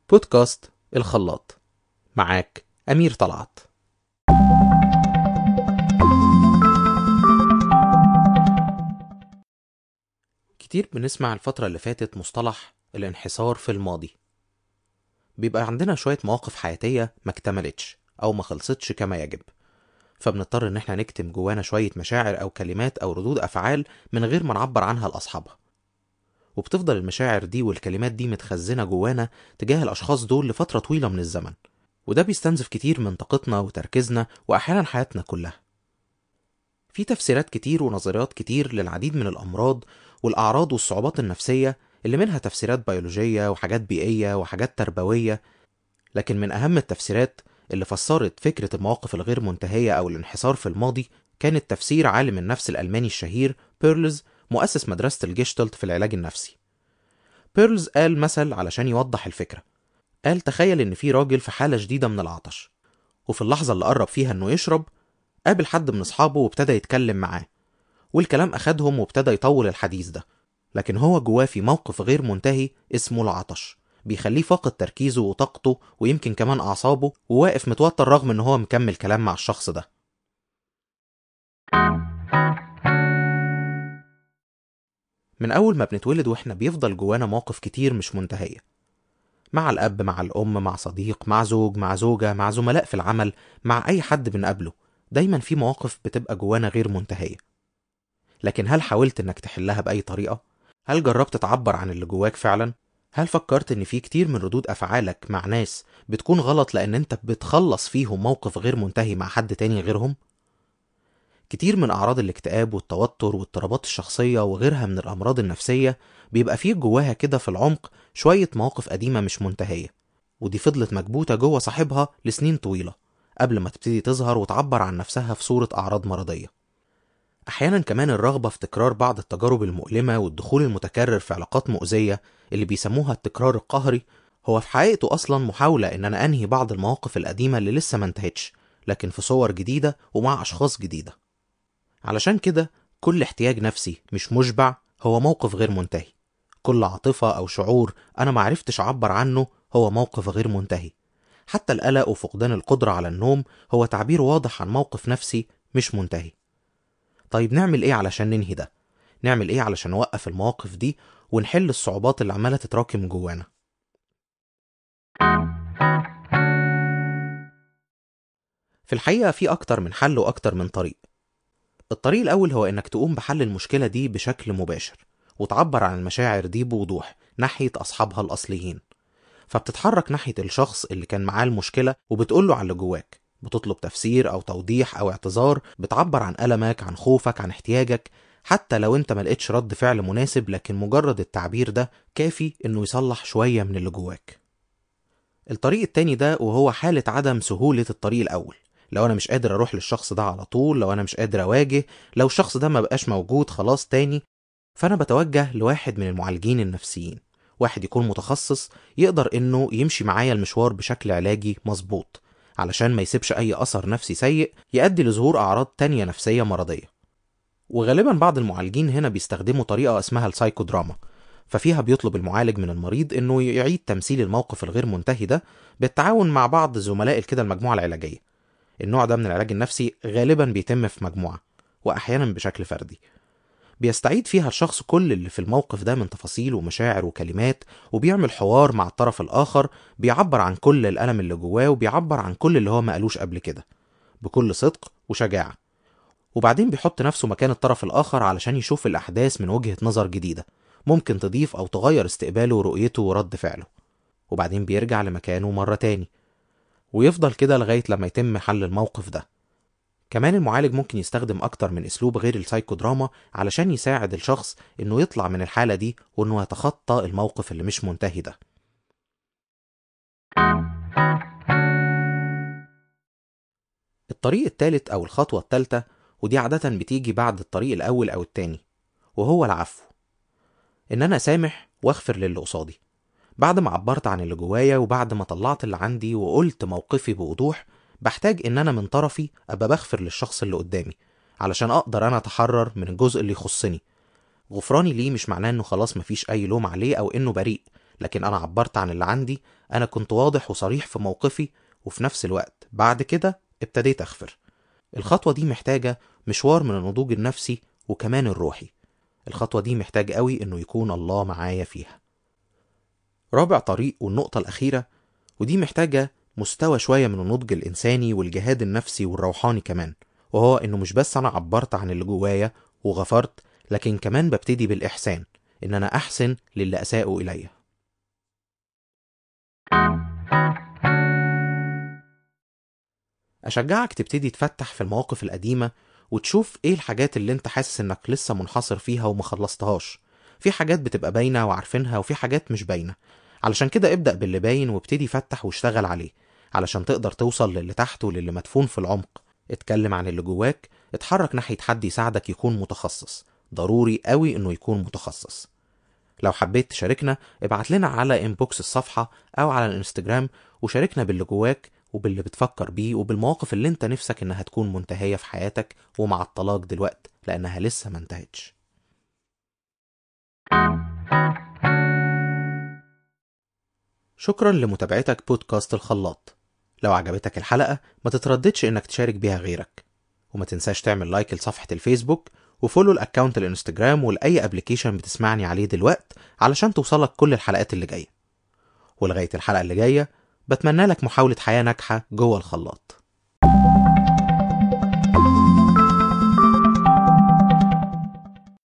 بودكاست الخلاط. معاك أمير طلعت. كتير بنسمع الفترة اللي فاتت مصطلح الانحسار في الماضي. بيبقى عندنا شوية مواقف حياتية ما اكتملتش أو ما خلصتش كما يجب، فبنضطر إن احنا نكتم جوانا شوية مشاعر أو كلمات أو ردود أفعال من غير ما نعبر عنها لأصحابها، وبتفضل المشاعر دي والكلمات دي متخزنة جوانا تجاه الأشخاص دول لفترة طويلة من الزمن، وده بيستنزف كتير من طاقتنا وتركيزنا وأحيانا حياتنا كلها. في تفسيرات كتير ونظريات كتير للعديد من الأمراض والأعراض والصعوبات النفسية، اللي منها تفسيرات بيولوجية وحاجات بيئية وحاجات تربوية. لكن من أهم التفسيرات اللي فسرت فكرة المواقف الغير منتهية أو الانحسار في الماضي كانت تفسير عالم النفس الألماني الشهير بيرلز، مؤسس مدرسة الجيشتالت في العلاج النفسي. بيرلز قال مثل علشان يوضح الفكرة. قال: تخيل إن في راجل في حالة شديدة من العطش، وفي اللحظة اللي قرب فيها إنه يشرب قابل حد من أصحابه وابتدى يتكلم معاه، والكلام أخدهم وابتدى يطول الحديث ده، لكن هو جواه في موقف غير منتهي اسمه العطش بيخليه فاقد تركيزه وطاقته ويمكن كمان أعصابه، وواقف متوتر رغم إن هو مكمل كلام مع الشخص ده. من أول ما بنتولد وإحنا بيفضل جوانا مواقف كتير مش منتهية، مع الأب، مع الأم، مع صديق، مع زوج، مع زوجة، مع زملاء في العمل، مع أي حد بنقابله. دايما في مواقف بتبقى جوانا غير منتهية، لكن هل حاولت إنك تحلها بأي طريقة؟ هل جربت تعبر عن اللي جواك فعلا؟ هل فكرت إن في كتير من ردود أفعالك مع ناس بتكون غلط لأن أنت بتخلص فيهم موقف غير منتهي مع حد تاني غيرهم؟ كتير من أعراض الاكتئاب والتوتر واضطرابات الشخصية وغيرها من الأمراض النفسية بيبقى فيه جواها كده في العمق شوية مواقف قديمة مش منتهية، ودي فضلت مكبوتة جوه صاحبها لسنين طويلة قبل ما تبتدي تظهر وتعبر عن نفسها في صورة أعراض مرضية. أحيانا كمان الرغبة في تكرار بعض التجارب المؤلمة والدخول المتكرر في علاقات مؤذية اللي بيسموها التكرار القهري هو في حقيقته أصلا محاولة إن أنا أنهي بعض المواقف القديمة اللي لسه ما انتهتش، لكن في صور جديدة ومع أشخاص جديدة. علشان كده كل احتياج نفسي مش مشبع هو موقف غير منتهي. كل عاطفة أو شعور أنا معرفتش أعبر عنه هو موقف غير منتهي. حتى القلق وفقدان القدرة على النوم هو تعبير واضح عن موقف نفسي مش منتهي. طيب نعمل ايه علشان ننهي ده؟ نعمل ايه علشان نوقف المواقف دي ونحل الصعوبات اللي عمالة تتراكم جوانا؟ في الحقيقة في أكتر من حل وأكتر من طريق. الطريق الأول هو إنك تقوم بحل المشكلة دي بشكل مباشر وتعبر عن المشاعر دي بوضوح ناحية أصحابها الأصليين. فبتتحرك ناحية الشخص اللي كان معاه المشكلة وبتقوله عن اللي جواك، بتطلب تفسير أو توضيح أو اعتذار، بتعبر عن ألمك، عن خوفك، عن احتياجك. حتى لو انت ملقتش رد فعل مناسب، لكن مجرد التعبير ده كافي انه يصلح شوية من اللي جواك. الطريق التاني ده وهو حالة عدم سهولة الطريق الأول. لو أنا مش قادر أروح للشخص ده على طول، لو أنا مش قادر أواجه، لو الشخص ده ما بقاش موجود خلاص تاني، فأنا بتوجه لواحد من المعالجين النفسيين، واحد يكون متخصص يقدر إنه يمشي معايا المشوار بشكل علاجي مظبوط، علشان ما يسيبش أي أثر نفسي سيء يؤدي لظهور أعراض تانية نفسية مرضية. وغالبا بعض المعالجين هنا بيستخدموا طريقة اسمها السايكودراما، ففيها بيطلب المعالج من المريض انه يعيد تمثيل الموقف الغير منتهي ده بالتعاون مع بعض زملاء كده المجموعة العلاجية. النوع ده من العلاج النفسي غالبا بيتم في مجموعة واحيانا بشكل فردي، بيستعيد فيها الشخص كل اللي في الموقف ده من تفاصيل ومشاعر وكلمات، وبيعمل حوار مع الطرف الآخر بيعبر عن كل الألم اللي جواه وبيعبر عن كل اللي هو ما قالوش قبل كده بكل صدق وشجاعة. وبعدين بيحط نفسه مكان الطرف الآخر علشان يشوف الأحداث من وجهة نظر جديدة ممكن تضيف أو تغير استقباله ورؤيته ورد فعله. وبعدين بيرجع لمكانه مرة تاني ويفضل كده لغاية لما يتم حل الموقف ده. كمان المعالج ممكن يستخدم أكتر من أسلوب غير السايكودراما علشان يساعد الشخص إنه يطلع من الحالة دي وإنه يتخطى الموقف اللي مش منتهي ده. الطريق التالت أو الخطوة التالتة، ودي عادة بتيجي بعد الطريق الأول أو التاني، وهو العفو. إن أنا سامح واغفر للي قصادي. بعد ما عبرت عن اللي جوايا وبعد ما طلعت اللي عندي وقلت موقفي بوضوح، بحتاج ان انا من طرفي ابقى بغفر للشخص اللي قدامي علشان اقدر انا اتحرر من الجزء اللي يخصني. غفراني ليه مش معناه انه خلاص مفيش اي لوم عليه او انه بريء، لكن أنا عبرت عن اللي عندي، أنا كنت واضح وصريح في موقفي، وفي نفس الوقت بعد كده ابتديت أغفر. الخطوة دي محتاجة مشوار من النضوج النفسي وكمان الروحي. الخطوة دي محتاج قوي إنه يكون الله معايا فيها. رابع طريق والنقطة الأخيرة، ودي محتاجة مستوى شوية من النضج الإنساني والجهاد النفسي والروحاني كمان، وهو إنه مش بس أنا عبرت عن اللي جوايا وغفرت، لكن كمان ببتدي بالإحسان، إن أنا أحسن للي أساءوا إليا. أشجعك تبتدي تفتح في المواقف القديمة وتشوف إيه الحاجات اللي أنت حاسس إنك لسه منحصر فيها ومخلصتهاش. في حاجات بتبقى باينة وعارفينها، وفي حاجات مش باينة. علشان كده ابدأ باللي باين وابتدي فتح واشتغل عليه، علشان تقدر توصل للي تحت وللي مدفون في العمق. اتكلم عن اللي جواك، اتحرك ناحية حد يساعدك يكون متخصص. ضروري قوي إنه يكون متخصص. لو حبيت تشاركنا، ابعت لنا على انبوكس الصفحة أو على الانستجرام، وشاركنا باللي جواك وباللي بتفكر بيه وبالمواقف اللي انت نفسك انها تكون منتهية في حياتك ومع الطلاق دلوقت، لأنها لسه ما انتهتش. شكرا لمتابعتك بودكاست الخلاط. لو عجبتك الحلقة ما تترددش انك تشارك بيها غيرك، وما تنساش تعمل لايك لصفحة الفيسبوك وفولو الاكاونت الانستجرام ولأي ابليكيشن بتسمعني عليه دلوقت، علشان توصلك كل الحلقات اللي جاية. ولغاية الحلقة اللي جاية، بتمنى لك محاولة حياة ناجحة جوه الخلاط.